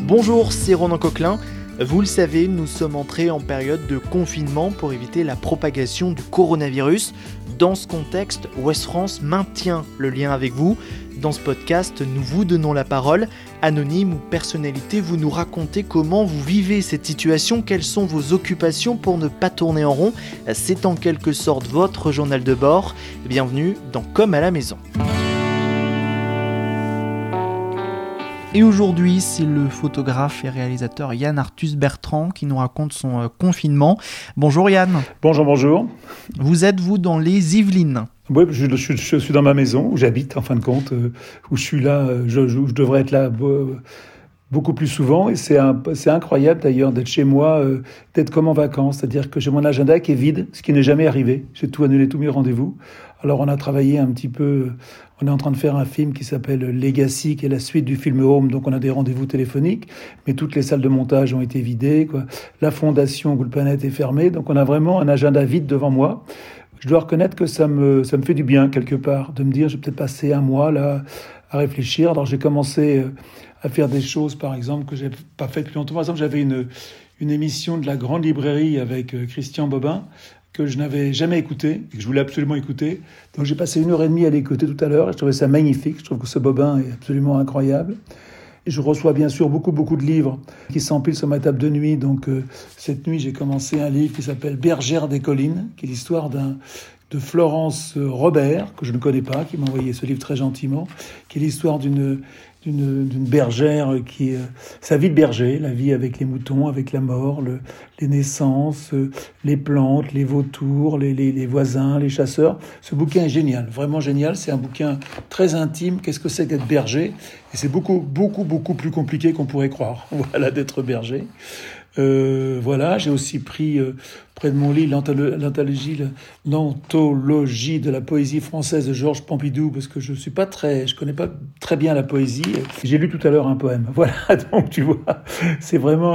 Bonjour, c'est Ronan Coquelin. Vous le savez, nous sommes entrés en période de confinement pour éviter la propagation du coronavirus. Dans ce contexte, Ouest France maintient le lien avec vous. Dans ce podcast, nous vous donnons la parole. Anonyme ou personnalité, vous nous racontez comment vous vivez cette situation, quelles sont vos occupations pour ne pas tourner en rond. C'est en quelque sorte votre journal de bord. Bienvenue dans Comme à la maison. Et aujourd'hui, c'est le photographe et réalisateur Yann Arthus Bertrand qui nous raconte son confinement. Bonjour Yann. Bonjour. Vous êtes, vous, dans les Yvelines? Oui, je suis dans ma maison où j'habite, en fin de compte, où je suis là, je devrais être là beaucoup plus souvent. Et c'est incroyable d'ailleurs d'être chez moi, d'être comme en vacances. C'est-à-dire que j'ai mon agenda qui est vide, ce qui n'est jamais arrivé. J'ai tout annulé, tous mes rendez-vous. Alors on a travaillé un petit peu, on est en train de faire un film qui s'appelle Legacy, qui est la suite du film Home, donc on a des rendez-vous téléphoniques, mais toutes les salles de montage ont été vidées, quoi. La fondation Good Planet est fermée, donc on a vraiment un agenda vide devant moi. Je dois reconnaître que ça me fait du bien quelque part, de me dire je vais peut-être passer un mois là à réfléchir. Alors j'ai commencé à faire des choses, par exemple, que j'ai pas fait depuis longtemps. Par exemple, j'avais une émission de la Grande Librairie avec Christian Bobin, que je n'avais jamais écouté et que je voulais absolument écouter. Donc j'ai passé 1h30 à l'écouter tout à l'heure et je trouvais ça magnifique. Je trouve que ce Bobin est absolument incroyable. Et je reçois bien sûr beaucoup de livres qui s'empilent sur ma table de nuit. Donc cette nuit, j'ai commencé un livre qui s'appelle Bergère des collines, qui est l'histoire de Florence Robert, que je ne connais pas, qui m'a envoyé ce livre très gentiment, qui est l'histoire d'une bergère qui sa vie de berger, la vie avec les moutons, avec la mort, les naissances, les plantes, les vautours, les voisins, les chasseurs. Ce bouquin est génial, vraiment génial. C'est un bouquin très intime. Qu'est-ce que c'est qu'être berger? Et c'est beaucoup plus compliqué qu'on pourrait croire. Voilà, d'être berger. Voilà, j'ai aussi pris près de mon lit l'anthologie de la poésie française de Georges Pompidou, parce que je connais pas très bien la poésie. J'ai lu tout à l'heure un poème. Voilà, donc tu vois, c'est vraiment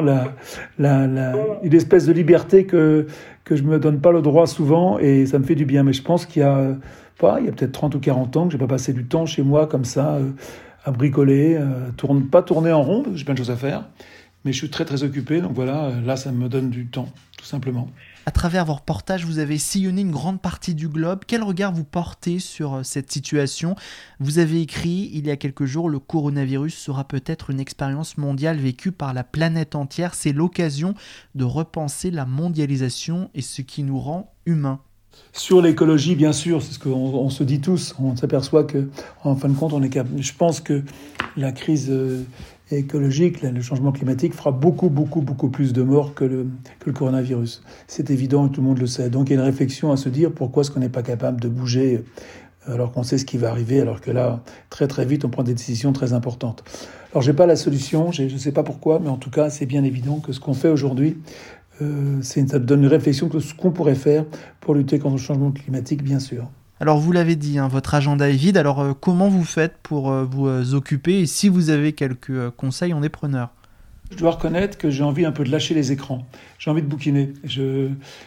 une espèce de liberté que je me donne pas le droit souvent, et ça me fait du bien. Mais je pense qu'il y a peut-être 30 ou 40 ans que j'ai pas passé du temps chez moi comme ça, à bricoler, pas tourner en rond, parce que j'ai plein de choses à faire. Mais je suis très très occupé, donc voilà, là ça me donne du temps, tout simplement. À travers vos reportages, vous avez sillonné une grande partie du globe. Quel regard vous portez sur cette situation? Vous avez écrit, il y a quelques jours, le coronavirus sera peut-être une expérience mondiale vécue par la planète entière. C'est l'occasion de repenser la mondialisation et ce qui nous rend humains. Sur l'écologie, bien sûr, c'est ce qu'on se dit tous. On s'aperçoit que, en fin de compte, je pense que la crise écologique, le changement climatique fera beaucoup plus de morts que le coronavirus. C'est évident, tout le monde le sait. Donc il y a une réflexion à se dire pourquoi est-ce qu'on n'est pas capable de bouger alors qu'on sait ce qui va arriver, alors que là, très très vite, on prend des décisions très importantes. Alors j'ai pas la solution, je ne sais pas pourquoi, mais en tout cas, c'est bien évident que ce qu'on fait aujourd'hui, ça donne une réflexion de ce qu'on pourrait faire pour lutter contre le changement climatique, bien sûr. Alors vous l'avez dit, votre agenda est vide, alors comment vous faites pour vous occuper? Et si vous avez quelques conseils, on est preneur. Je dois reconnaître que j'ai envie un peu de lâcher les écrans. J'ai envie de bouquiner. Je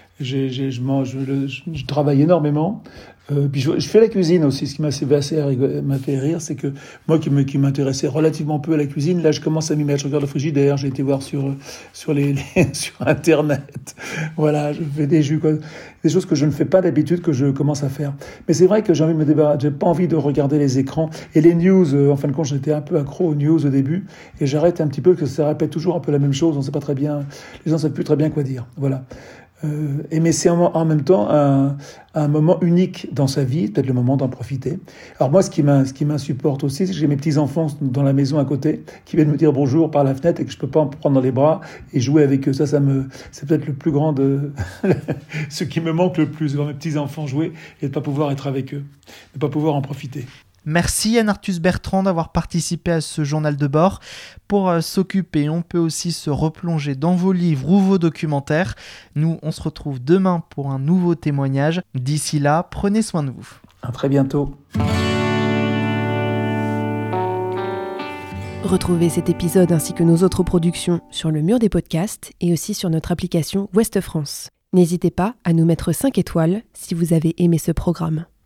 travaille énormément. Puis je fais la cuisine aussi. Ce qui m'a fait rire, c'est que moi qui m'intéressais relativement peu à la cuisine, là je commence à m'y mettre. Je regarde le frigidaire, j'ai été voir sur Internet. Voilà, je fais des jus, des choses que je ne fais pas d'habitude, que je commence à faire. Mais c'est vrai que j'ai envie de me débarrasser. J'ai pas envie de regarder les écrans et les news. En fin de compte, j'étais un peu accro aux news au début, et j'arrête un petit peu, que ça répète toujours un peu la même chose. On sait pas très bien. Les gens savent plus très bien quoi dire. Voilà. Mais c'est en même temps un moment unique dans sa vie, peut-être le moment d'en profiter. Alors moi, ce qui m'insupporte aussi, c'est que j'ai mes petits-enfants dans la maison à côté qui viennent me dire bonjour par la fenêtre et que je peux pas en prendre dans les bras et jouer avec eux. C'est peut-être le plus grand de ce qui me manque le plus, de voir mes petits-enfants jouer et de pas pouvoir être avec eux, de pas pouvoir en profiter. Merci Yann Arthus Bertrand d'avoir participé à ce journal de bord. Pour s'occuper, on peut aussi se replonger dans vos livres ou vos documentaires. Nous, on se retrouve demain pour un nouveau témoignage. D'ici là, prenez soin de vous. À très bientôt. Retrouvez cet épisode ainsi que nos autres productions sur le mur des podcasts et aussi sur notre application Ouest France. N'hésitez pas à nous mettre 5 étoiles si vous avez aimé ce programme.